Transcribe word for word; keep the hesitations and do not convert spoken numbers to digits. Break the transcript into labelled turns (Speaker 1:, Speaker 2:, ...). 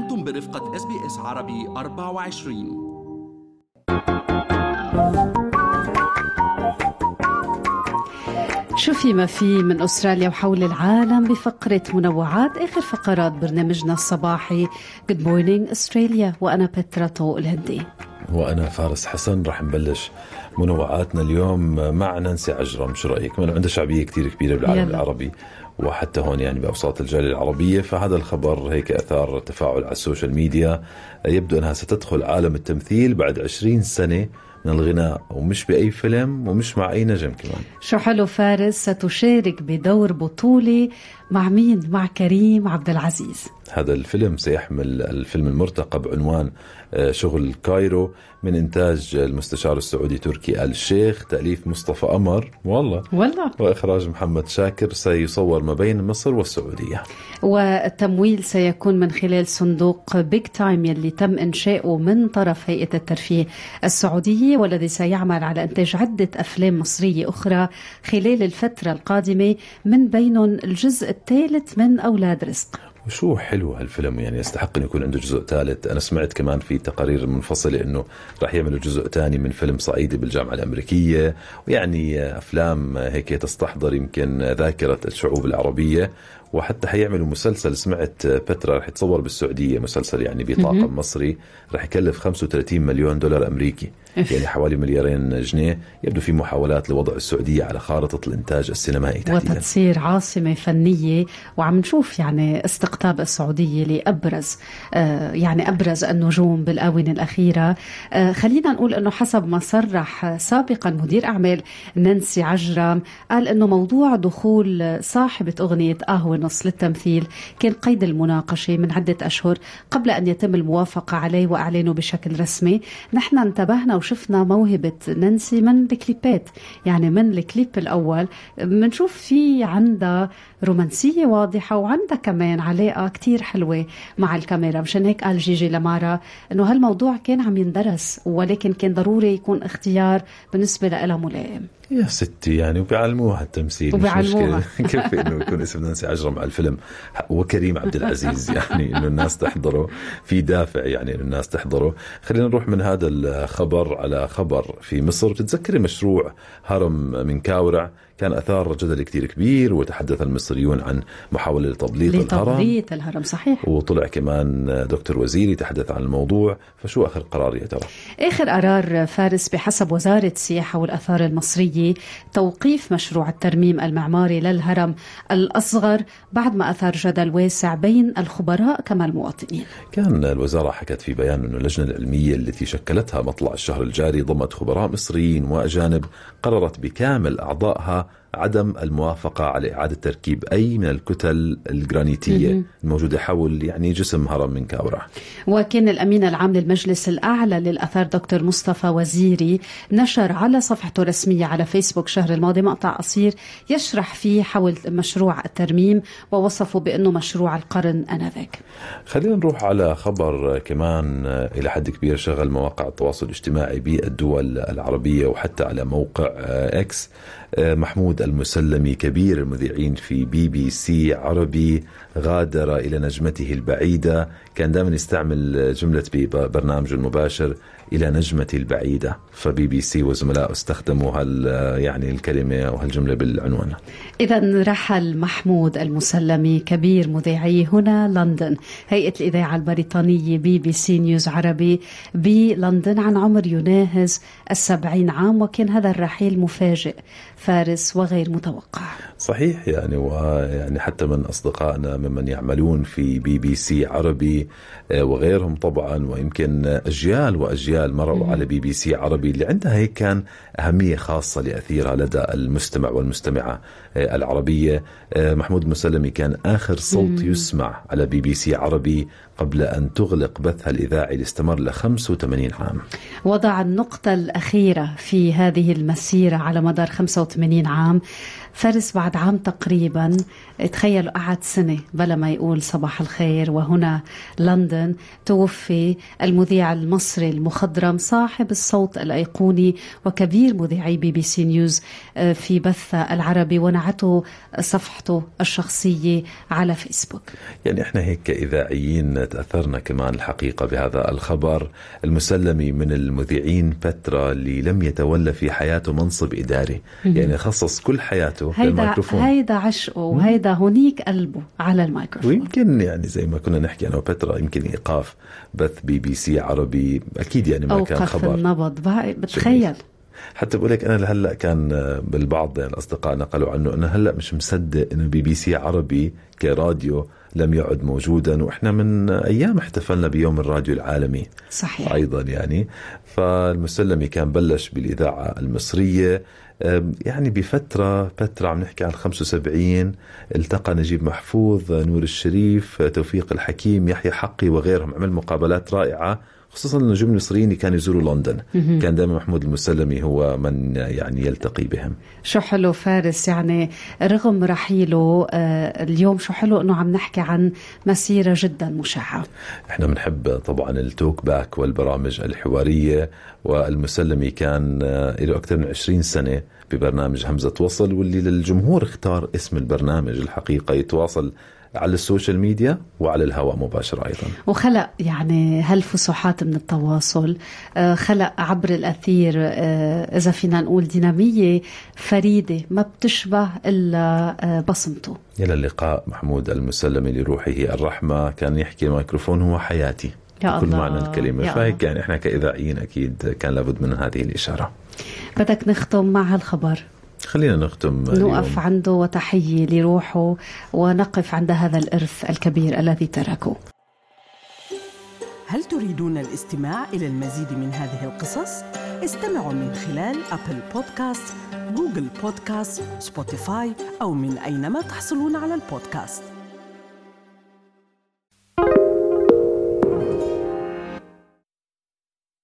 Speaker 1: أنتم برفقة إس بي إس عربي أربعة وعشرين.
Speaker 2: شو في ما في من أستراليا وحول العالم بفقرة منوعات آخر فقرات برنامجنا الصباحي Good Morning Australia. وأنا بترا طوق الهندي
Speaker 3: وأنا فارس حسن. رح نبلش منوعاتنا اليوم مع نانسي عجرم. شو رأيك؟ من عندها شعبية كتير كبيرة بالعالم يلا. العربي وحتى هون يعني بأوساط الجالية العربية. فهذا الخبر هيك أثار تفاعل على السوشيال ميديا. يبدو أنها ستدخل عالم التمثيل بعد عشرين سنة من الغناء، ومش بأي فيلم ومش مع أي نجم كمان.
Speaker 2: شو حلو فارس. ستشارك بدور بطولي مع مين؟ مع كريم عبد العزيز.
Speaker 3: هذا الفيلم سيحمل الفيلم المرتقب عنوان شغل كايرو من إنتاج المستشار السعودي تركي آل الشيخ، تأليف مصطفى قمر والله
Speaker 2: والله
Speaker 3: وإخراج محمد شاكر. سيصور ما بين مصر والسعودية،
Speaker 2: والتمويل سيكون من خلال صندوق بيج تايم يلي تم إنشاؤه من طرف هيئة الترفيه السعودية، والذي سيعمل على إنتاج عدة أفلام مصرية أخرى خلال الفترة القادمة، من بينهم الجزء الثالث من أولاد رزق.
Speaker 3: وشو حلو هالفيلم، يعني يستحق أن يكون عنده جزء ثالث. أنا سمعت كمان في تقارير منفصلة أنه راح يعملوا جزء ثاني من فيلم صعيدي بالجامعة الأمريكية، ويعني أفلام هيك تستحضر يمكن ذاكرة الشعوب العربية. وحتى حيعملوا مسلسل، سمعت بترا رح يتصور بالسعودية، مسلسل يعني بطاقم مصري رح يكلف خمسة وثلاثين مليون دولار أمريكي، يعني حوالي مليارين جنيه. يبدو في محاولات لوضع السعودية على خارطة الإنتاج السينمائي تحديدا،
Speaker 2: وتصير عاصمة فنية. وعم نشوف يعني استقطاب السعودية لأبرز آه يعني أبرز النجوم بالآونة الأخيرة. آه خلينا نقول أنه حسب ما صرح سابقا مدير أعمال نانسي عجرم، قال أنه موضوع دخول صاحبة أغنية قهوة نص للتمثيل كان قيد المناقشة من عدة أشهر قبل أن يتم الموافقة عليه وأعلنه بشكل رسمي. نحن انتبهنا وشفنا موهبة نانسي من الكليبات، يعني من الكليب الأول منشوف في عندها رومانسية واضحة، وعندها كمان علاقة كتير حلوة مع الكاميرا. مشان هيك قال جيجي لمارا أنه هالموضوع كان عم يندرس، ولكن كان ضروري يكون اختيار بالنسبة لها ملائم.
Speaker 3: يا ستي يعني وبيعلموها التمثيل،
Speaker 2: وبيعلموها.
Speaker 3: كيف انه يكون اسم نانسي عجرم على الفيلم وكريم عبد العزيز، يعني انه الناس تحضره، في دافع يعني انه الناس تحضره. خلينا نروح من هذا الخبر على خبر في مصر. بتتذكري مشروع هرم من كاورع؟ كان أثار جدل كتير كبير، وتحدث المصريون عن محاولة لتضليط الهرم.
Speaker 2: لتضليط الهرم صحيح.
Speaker 3: وطلع كمان دكتور وزيري تحدث عن الموضوع. فشو آخر قرار يا ترى؟
Speaker 2: آخر قرار فارس بحسب وزارة السياحة والآثار المصرية توقيف مشروع الترميم المعماري للهرم الأصغر، بعد ما أثار جدل واسع بين الخبراء كما المواطنين.
Speaker 3: كان الوزارة حكت في بيان أن اللجنة العلمية التي شكلتها مطلع الشهر الجاري ضمت خبراء مصريين وأجانب، قررت بكامل أعضائها عدم الموافقة على إعادة تركيب أي من الكتل الجرانيتية الموجودة حول يعني جسم هرم من كاورع.
Speaker 2: وكان الأمين العام للمجلس الأعلى للآثار دكتور مصطفى وزيري نشر على صفحته الرسمية على فيسبوك شهر الماضي مقطع قصير يشرح فيه حول مشروع الترميم، ووصفه بأنه مشروع القرن آنذاك.
Speaker 3: خلينا نروح على خبر كمان إلى حد كبير شغل مواقع التواصل الاجتماعي بالدول العربية وحتى على موقع إكس. محمود المسلمي كبير المذيعين في بي بي سي عربي غادر إلى نجمته البعيدة. كان دائما يستعمل جملة ببرنامجه المباشر إلى نجمتي البعيدة، فبي بي سي وزملائه استخدموا هال يعني الكلمة وهالجملة بالعنوان.
Speaker 2: إذا رحل محمود المسلمي كبير مذيعي هنا لندن هيئة الإذاعة البريطانية بي بي سي نيوز عربي بلندن عن عمر يناهز السبعين عام، وكان هذا الرحيل مفاجئ فارس وغير متوقع.
Speaker 3: صحيح يعني، ويعني حتى من أصدقائنا ممن يعملون في بي بي سي عربي وغيرهم طبعا، ويمكن أجيال وأجيال مروا على بي بي سي عربي اللي عندها هيك كان أهمية خاصة لأثيرها لدى المستمع والمستمعة العربية. محمود المسلمي كان آخر صوت يسمع على بي بي سي عربي قبل أن تغلق بثها الإذاعي اللي استمر ل خمسة وثمانين عام.
Speaker 2: وضع النقطة الأخيرة في هذه المسيرة على مدار خمسة وثمانين عام فارس بعد عام تقريبا، تخيلوا قعد سنة بلا ما يقول صباح الخير. وهنا لندن توفي المذيع المصري المخضرم صاحب الصوت الأيقوني وكبير مذيعي بي بي سي نيوز في بث العربي، ونعته صفحته الشخصية على فيسبوك.
Speaker 3: يعني احنا هيك كإذاعيين تأثرنا كمان الحقيقة بهذا الخبر. المسلمي من المذيعين فترة اللي لم يتولى في حياته منصب إداري، يعني خصص كل حياته للميكروفون.
Speaker 2: هيدا عشقه وهيدا هونيك قلبه على الميكروفون.
Speaker 3: ويمكن يعني زي ما كنا نحكي أنا وبترا يمكن إيقاف بث بي بي سي عربي أكيد يعني ما كان خبر.
Speaker 2: أوقف النبض بتخيل.
Speaker 3: حتى بقول لك أنا لهلا كان بالبعض يعني الأصدقاء نقلوا عنه أنه هلا مش مصدق إنه بي بي سي عربي كراديو لم يعد موجودا، وإحنا من أيام احتفلنا بيوم الراديو العالمي.
Speaker 2: صحيح.
Speaker 3: أيضا يعني فالمسلمي كان بلش بالإذاعة المصرية يعني بفترة فترة عم نحكي عن خمسة وسبعين، التقى نجيب محفوظ، نور الشريف، توفيق الحكيم، يحيى حقي وغيرهم، عمل مقابلات رائعة خصوصا النجوم المصريين كانوا يزوروا لندن. كان دائما محمود المسلمي هو من يعني يلتقي بهم.
Speaker 2: شو حلو فارس، يعني رغم رحيله آه اليوم شو حلو انه عم نحكي عن مسيرة جدا مشعة.
Speaker 3: احنا بنحب طبعا التوك باك والبرامج الحوارية، والمسلمي كان آه له أكثر من عشرين سنة ببرنامج همزة وصل، واللي للجمهور اختار اسم البرنامج الحقيقة يتواصل على السوشيال ميديا وعلى الهواء مباشرة أيضا.
Speaker 2: وخلق يعني هالفصحات من التواصل، خلق عبر الأثير إذا فينا نقول دينامية فريدة ما بتشبه إلا بصمته.
Speaker 3: إلى اللقاء. محمود المسلمي لروحه الرحمة، كان يحكي الميكروفون هو حياتي
Speaker 2: يا
Speaker 3: كل
Speaker 2: الله
Speaker 3: معنى الكلمة. فهيك يعني إحنا كإذاعيين أكيد كان لابد من هذه الإشارة.
Speaker 2: بدك نختم مع هالخبر؟
Speaker 3: خلينا نختم
Speaker 2: نوقف
Speaker 3: اليوم.
Speaker 2: عنده وتحية لروحه، ونقف عند هذا الإرث الكبير الذي تركه.
Speaker 4: هل تريدون الاستماع إلى المزيد من هذه القصص؟ استمعوا من خلال أبل بودكاست، جوجل بودكاست، سبوتيفاي، أو من أينما تحصلون على البودكاست.